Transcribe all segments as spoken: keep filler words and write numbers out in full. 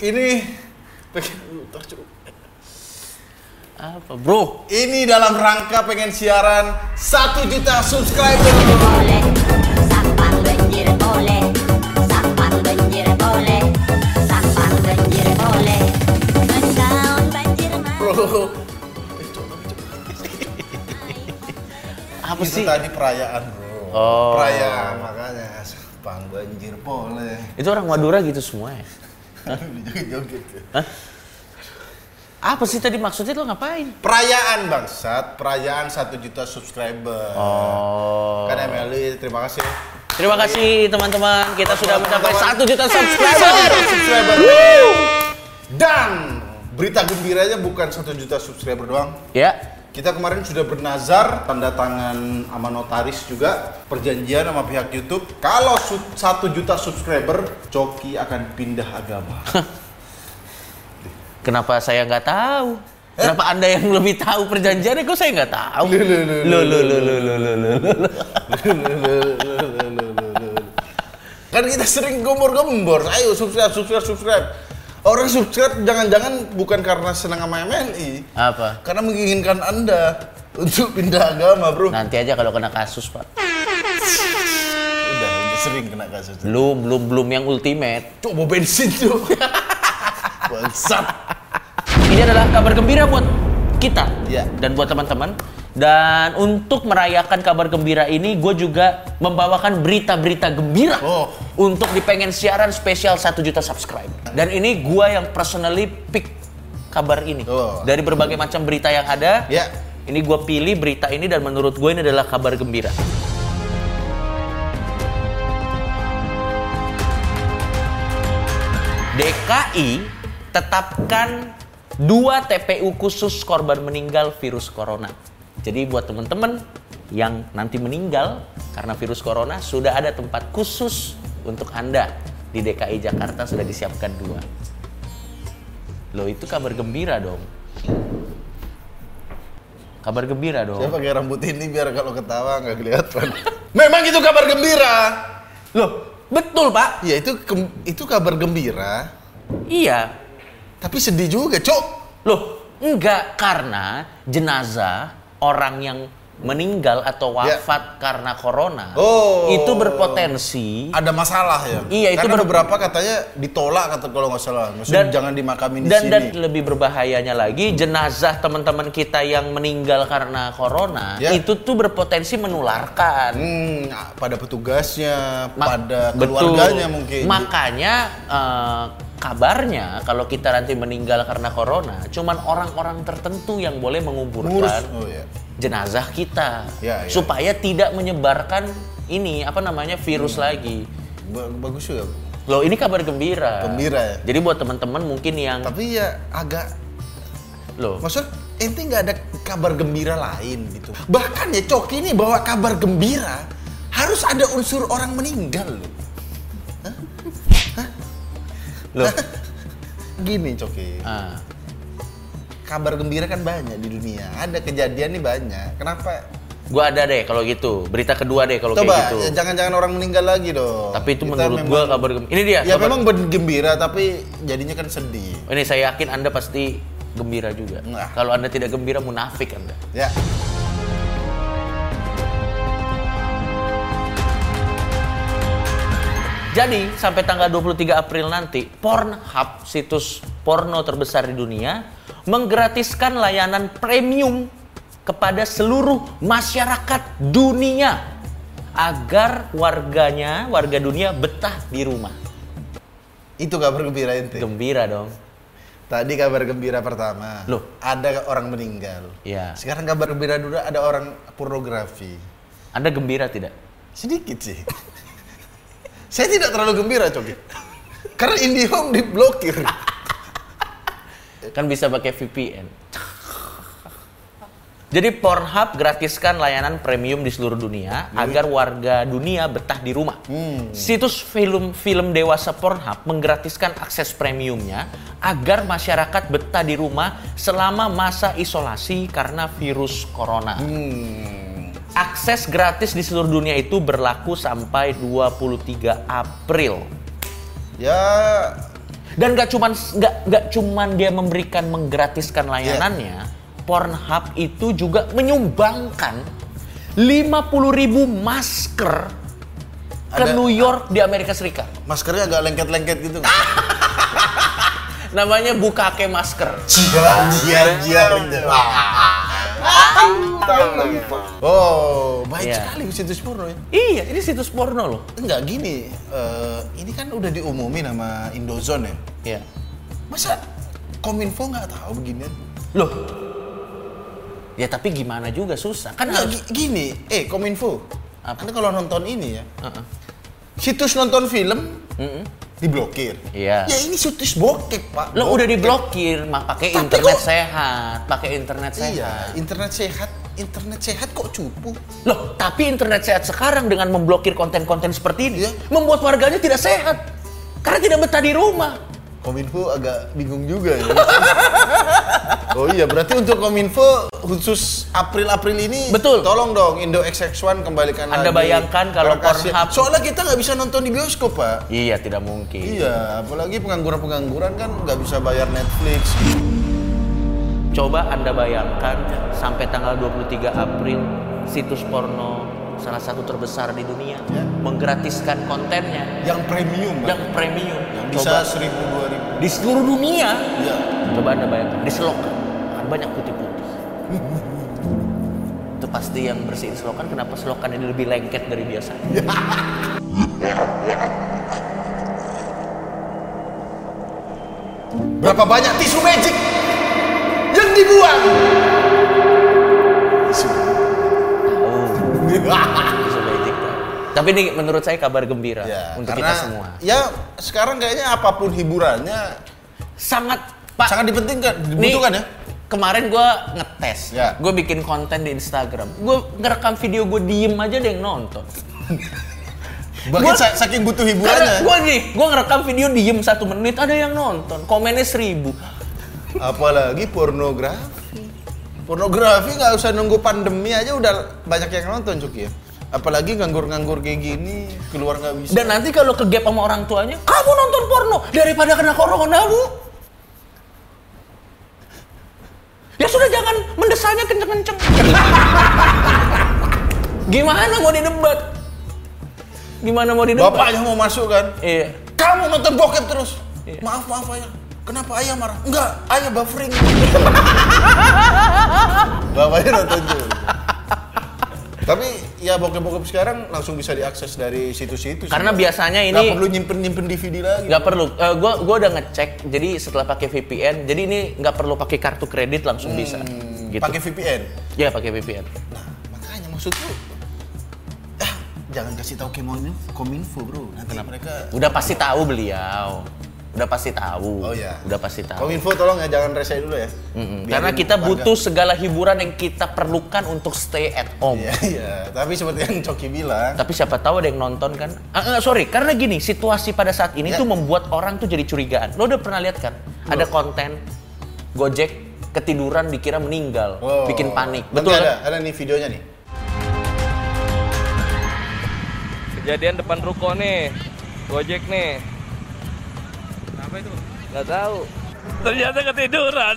ini apa bro? Ini dalam rangka pengen siaran satu juta subscriber. Boleh, sampan banjir boleh, sampan banjir boleh, sampan banjir boleh, mendaun banjir Bro, Apa itu sih? tadi perayaan bro. Oh. Perayaan makanya sampan banjir boleh. Itu orang Madura gitu semua ya? Joget-joget ya. Hah? Apa sih tadi maksudnya lo ngapain? Perayaan bangsat, perayaan satu juta subscriber. Oh. Kan Emily, terima kasih. Terima kasih teman-teman, kita sudah mencapai Teman-teman. satu juta satu subscriber. juta subscriber. Dan berita gembiranya bukan satu juta subscriber doang. Ya, Kita kemarin sudah bernazar, tanda tangan sama notaris juga, perjanjian sama pihak YouTube. Kalau su- satu juta subscriber, Coki akan pindah agama. kenapa saya nggak tahu? Kenapa anda yang lebih tahu perjanjiannya? Kok saya nggak tahu? Lo lo lo lo lo lo lo. Kan kita sering gembor-gembor, ayo subscribe, subscribe, subscribe. Orang subscribe jangan-jangan bukan karena senang sama M L I, Apa? karena menginginkan Anda untuk pindah agama, bro. Nanti aja kalau kena kasus pak. Udah, udah sering kena kasus. Belum belum belum yang ultimate. Coba bensin tuh. Bangsat. Ini adalah kabar gembira buat kita Iya. dan buat teman-teman. Dan untuk merayakan kabar gembira ini, gue juga membawakan berita-berita gembira Oh. untuk di pengen siaran spesial satu juta subscribe. Dan ini gue yang personally pick kabar ini Oh. dari berbagai macam berita yang ada. Ya. Ini gue pilih berita ini dan menurut gue ini adalah kabar gembira. D K I tetapkan dua T P U khusus korban meninggal virus corona. Jadi buat teman-teman yang nanti meninggal karena virus corona, sudah ada tempat khusus untuk Anda. Di D K I Jakarta sudah disiapkan dua. Loh, itu kabar gembira dong. Kabar gembira dong. Saya pakai rambut ini biar kalau ketawa nggak kelihatan. Memang itu kabar gembira. Loh, betul Pak. Ya itu kem- itu kabar gembira, Iya. tapi sedih juga, Cok. Loh, enggak, karena jenazah orang yang meninggal atau wafat karena corona Oh. itu berpotensi. Ada masalah ya. Iya, itu Karena ber- beberapa katanya ditolak kata kalau nggak salah. Maksudnya jangan dimakamin di dan, sini. dan lebih berbahayanya lagi, jenazah teman-teman kita yang meninggal karena corona Ya. itu tuh berpotensi menularkan. Hmm, pada petugasnya, Ma- pada betul. keluarganya mungkin. Makanya eh, kabarnya kalau kita nanti meninggal karena corona, cuman orang-orang tertentu yang boleh Mengurus. menguburkan Oh ya. jenazah kita, Ya, ya. supaya tidak menyebarkan ini apa namanya virus Hmm. lagi. Ba- Bagus juga. Loh, ini kabar gembira. Gembira ya. Jadi buat teman-teman mungkin yang Tapi ya agak, loh, maksud ente nggak ada kabar gembira lain gitu. Bahkan ya Coki ini bawa kabar gembira harus ada unsur orang meninggal loh. loh, Gini Coki. ah, Kabar gembira kan banyak di dunia. Ada kejadian nih banyak. Kenapa? gua ada deh kalau gitu. Berita kedua deh kalau Coba, kayak gitu. ya jangan-jangan orang meninggal lagi dong. Tapi itu Kita menurut memang- gua kabar gembira. Ini dia. Ya kabar- memang gembira tapi jadinya kan sedih. Ini saya yakin Anda pasti gembira juga. Nah. Kalau Anda tidak gembira, munafik Anda. Ya. Jadi, sampai tanggal dua puluh tiga April nanti, Pornhub, situs porno terbesar di dunia, menggratiskan layanan premium kepada seluruh masyarakat dunia agar warganya, warga dunia betah di rumah. Itu kabar gembira ente. Gembira dong. Tadi kabar gembira pertama. Loh. Ada orang meninggal. Iya. Sekarang kabar gembira dulu ada orang pornografi. Anda gembira tidak? Sedikit sih. Saya tidak terlalu gembira, Coki. Karena IndiHome diblokir. Kan bisa pakai V P N. Jadi Pornhub gratiskan layanan premium di seluruh dunia agar warga dunia betah di rumah. Hmm. Situs film-film dewasa Pornhub menggratiskan akses premiumnya agar masyarakat betah di rumah selama masa isolasi karena virus corona. Hmm. Akses gratis di seluruh dunia itu berlaku sampai dua puluh tiga April. Ya, Dan gak cuman gak, gak cuman dia memberikan menggratiskan layanannya, yeah. Pornhub itu juga menyumbangkan lima puluh ribu masker ke Ada, New York di Amerika Serikat. Maskernya agak lengket-lengket gitu. Namanya bukake masker. Jiar, jiar, jiar. Oh, baik Iya. sekali situs porno ya. Iya, ini situs porno loh. Enggak gini, eh, ini kan udah diumumin sama Indozone ya. Iya. Masa Kominfo nggak tahu beginian? Loh. Ya tapi gimana juga susah. Kan Enggak harus gi- gini, eh Kominfo. Apa? Anda kalau nonton ini ya, Uh-uh. situs nonton film Mm-mm. diblokir. Iya. Ya ini situs bokep, Pak. Lo udah Bokep. diblokir, mah pakai Tapi internet kok- sehat, pakai internet sehat. Iya, internet sehat, internet sehat kok cupu. Loh, tapi internet sehat sekarang dengan memblokir konten-konten seperti ini Iya. membuat warganya tidak sehat. Karena tidak betah di rumah. Kominfo agak bingung juga ya. Oh iya, berarti untuk Kominfo khusus April-April ini, Betul. tolong dong Indo X X one kembalikan Anda lagi. bayangkan kalau Lokasi- Pornhub- Soalnya kita nggak bisa nonton di bioskop, Pak. Iya, tidak mungkin. Iya, apalagi pengangguran-pengangguran kan nggak bisa bayar Netflix. Coba Anda bayangkan sampai tanggal dua puluh tiga April situs porno salah satu terbesar di dunia Ya. menggratiskan kontennya Yang premium, Pak. yang premium. Yang Coba bisa seribu dua ribu. di seluruh dunia. Iya. Coba Anda bayangkan di selokan akan banyak putih-putih. Itu pasti yang bersihin selokan. Kenapa selokan ini lebih lengket dari biasa? Berapa banyak tisu magic yang dibuang? Tisu. Tisu magic tuh. Tapi ini menurut saya kabar gembira Ya, untuk karena kita semua. ya sekarang kayaknya apapun hiburannya Sangat Pak. sangat dipentingkan, dibutuhkan ya. Kemarin gue ngetes, Ya. gue bikin konten di Instagram. Gue ngerekam video gue diem aja ada yang nonton. Bahkan Gua- sa- saking butuh Karena hiburannya. gue nih, gue ngerekam video diem satu menit ada yang nonton. Komennya seribu. Apalagi pornografi. Pornografi nggak usah nunggu pandemi aja udah banyak yang nonton, Cuk ya. Apalagi nganggur-nganggur kayak gini, keluar nggak bisa. Dan nanti kalau ke gap sama orang tuanya, kamu nonton porno daripada kena corona bu. Ya sudah jangan mendesanya kenceng-kenceng. Gimana mau didebat? Gimana mau didebat? Bapaknya mau masuk kan? Iya. Kamu nonton bokep terus. Iya. Maaf, maaf ayah. Kenapa ayah marah? Enggak, ayah buffering. Bapaknya nonton juga. Tapi ya bokep-bokep sekarang langsung bisa diakses dari situs-situs. Karena biasanya ini nggak perlu nyimpen-nyimpen D V D lagi. nggak perlu. Uh, gua gua udah ngecek. Jadi setelah pakai V P N, jadi ini nggak perlu pakai kartu kredit langsung bisa. Gitu. Pakai V P N. Ya pakai V P N. Nah, makanya maksudku ah, jangan kasih tahu Kominfo, Kominfo, Bro. Nanti mereka Udah pasti tahu beliau. Udah pasti tahu. Oh iya. Udah pasti tahu. Kominfo tolong ya jangan rese dulu ya. Mm-mm. Biarin Karena kita warga. butuh segala hiburan yang kita perlukan untuk stay at home. Iya, iya. Tapi seperti yang Coki bilang, Tapi siapa tahu ada yang nonton kan? Ah, ah, sorry, karena gini, situasi pada saat ini Ya. tuh membuat orang tuh jadi curigaan. Lo udah pernah lihat kan? Ada konten Gojek ketiduran dikira meninggal, wow. bikin panik. Nanti Betul ada, kan? ada nih videonya nih. Kejadian depan ruko nih, Gojek nih. Apa itu? Nggak tahu. Ternyata ketiduran.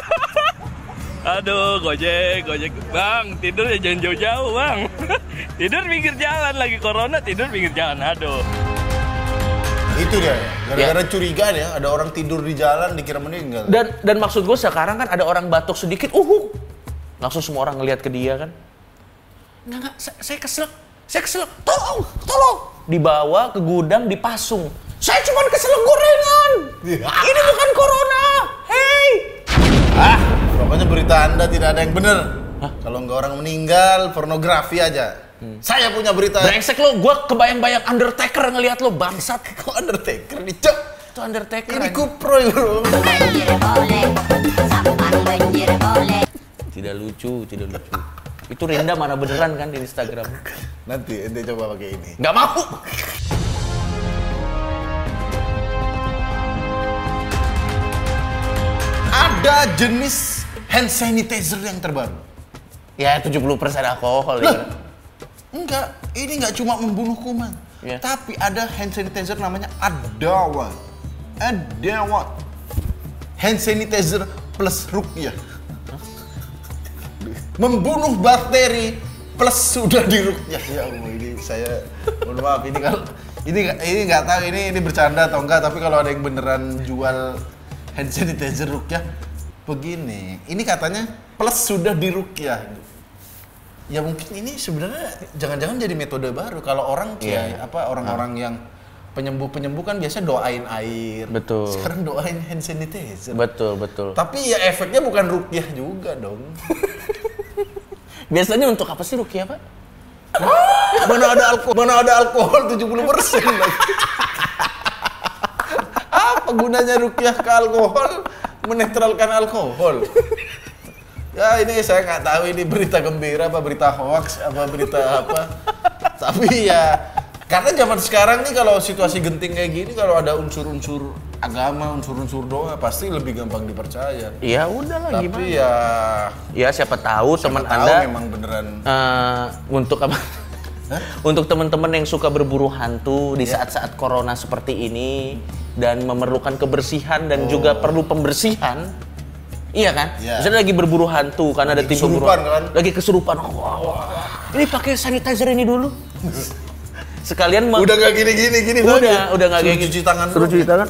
Aduh, Gojek, Gojek. Bang, tidur ya jangan jauh-jauh, Bang. Tidur pinggir jalan, lagi corona tidur pinggir jalan. Aduh. Itu dia, gara-gara curigaan ya, ada orang tidur di jalan dikira meninggal. Dan dan maksud gue sekarang kan ada orang batuk sedikit, uhu, langsung semua orang ngelihat ke dia kan. Nggak, nggak, saya, saya kesel, saya kesel, tolong, tolong. Dibawa ke gudang, dipasung. Saya cuma kesel gorengan. Ini bukan corona. Hey. Ah, pokoknya berita Anda tidak ada yang benar. Kalau nggak orang meninggal, pornografi aja. Hmm. Saya punya berita. Brengsek lo, gue kebayang-bayang Undertaker ngelihat lo, bangsat. Kok Undertaker nih, Cok? Itu Undertaker. Ini aja. kuproy, Bro. Banjir boleh, sampan banjir boleh. Tidak lucu, tidak lucu. Itu Rinda mana beneran kan di Instagram? Nanti ente coba pakai ini. Nggak mau. Ada jenis hand sanitizer yang terbaru. Ya tujuh puluh persen alkohol ya. Lah, enggak, ini enggak cuma membunuh kuman. Ya. Tapi ada hand sanitizer namanya Adawa. Ada what? Hand sanitizer plus ruqyah. Membunuh bakteri plus sudah diruqyah. Ya Allah, ini saya mohon maaf ini kalau ini ini nggak tahu ini ini bercanda atau enggak, tapi kalau ada yang beneran jual hand sanitizer ruqyah begini, ini katanya plus sudah diruqyah. Ya mungkin ini sebenarnya jangan-jangan jadi metode baru kalau orang kayak Iya. apa orang-orang yang penyembuh-penyembuh kan biasa doain air. Betul. Sekarang doain hand sanitizer. Betul, betul. Tapi ya efeknya bukan ruqyah juga dong. Biasanya untuk apa sih ruqyah, Pak? Mana ada alkohol, mana ada alkohol tujuh puluh persen lagi. Apa gunanya ruqyah ke alkohol? Menetralkan alkohol. Ya ini saya nggak tahu ini berita gembira apa berita hoax apa berita apa. Tapi ya karena zaman sekarang nih kalau situasi genting kayak gini kalau ada unsur-unsur agama, unsur-unsur doa pasti lebih gampang dipercaya. Ya udahlah gimana. Tapi ya Ya siapa tahu teman tahu Anda memang beneran eh, untuk apa? Untuk teman-teman yang suka berburu hantu di saat-saat corona seperti ini dan memerlukan kebersihan dan juga perlu pembersihan. Iya kan? Iya. Misalnya lagi berburu hantu kan ada tim berburu. kesurupan kan? Lagi kesurupan. Wah, wah. Ini pakai sanitizer ini dulu. Sekalian ma- udah nggak gini-gini gini udah lagi. udah nggak Suruh kayak cuci tangan Suruh dulu. cuci tangan.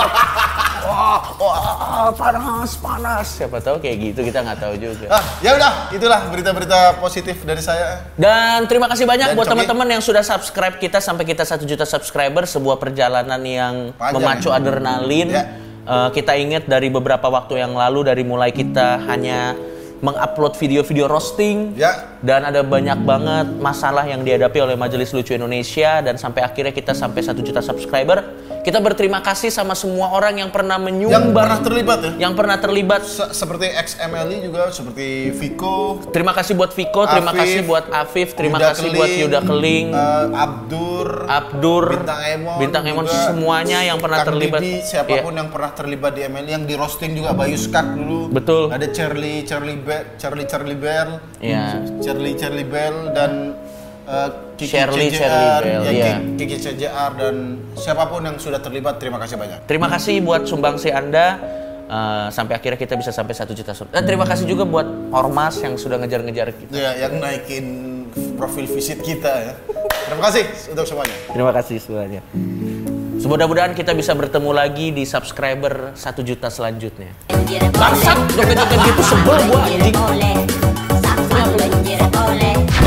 Wah, wah, panas, panas. Siapa tahu kayak gitu, kita nggak tahu juga. Ah, ya udah, itulah berita-berita positif dari saya. Dan terima kasih banyak Dan buat Coki. teman-teman yang sudah subscribe kita sampai kita satu juta subscriber, sebuah perjalanan yang Panjang memacu ya. adrenalin. Ya. Eh, kita ingat dari beberapa waktu yang lalu dari mulai kita hanya mengupload video-video roasting Ya. dan ada banyak banget masalah yang dihadapi oleh Majelis Lucu Indonesia dan sampai akhirnya kita sampai satu juta subscriber. Kita berterima kasih sama semua orang yang pernah Yang menyumbang, pernah terlibat ya. yang pernah terlibat. Se- seperti X M L I juga, seperti Viko, Terima kasih buat Viko, terima Afif, kasih buat Afif, terima Yuda kasih buat Keling, Yuda Keling, eh, Abdur, Abdur, Bintang Emon, Bintang Emon, juga, semuanya yang pernah Kang terlibat. Didi, siapapun Iya. yang pernah terlibat di M L I, yang di roasting juga Bayu Skak dulu. Betul. Ada Charlie, Charlie Be- Charlie Charlie Bell, Iya. Charlie Charlie Bell dan eh, Kiki Shirley, C J R, Shirley Bell, ya, iya. Kiki- Kiki C J R dan siapapun yang sudah terlibat, terima kasih banyak. Terima kasih buat sumbangsi Anda eh, sampai akhirnya kita bisa sampai satu juta sub. Dan terima kasih juga buat Ormas yang sudah ngejar-ngejar kita. Ya, yang naikin profil visit kita ya. Terima kasih untuk semuanya. Terima kasih semuanya. Mudah-mudahan kita bisa bertemu lagi di subscriber satu juta selanjutnya. Bangsat, joget-joget gitu sebel gua anjing. Boleh, sak sak banjir boleh.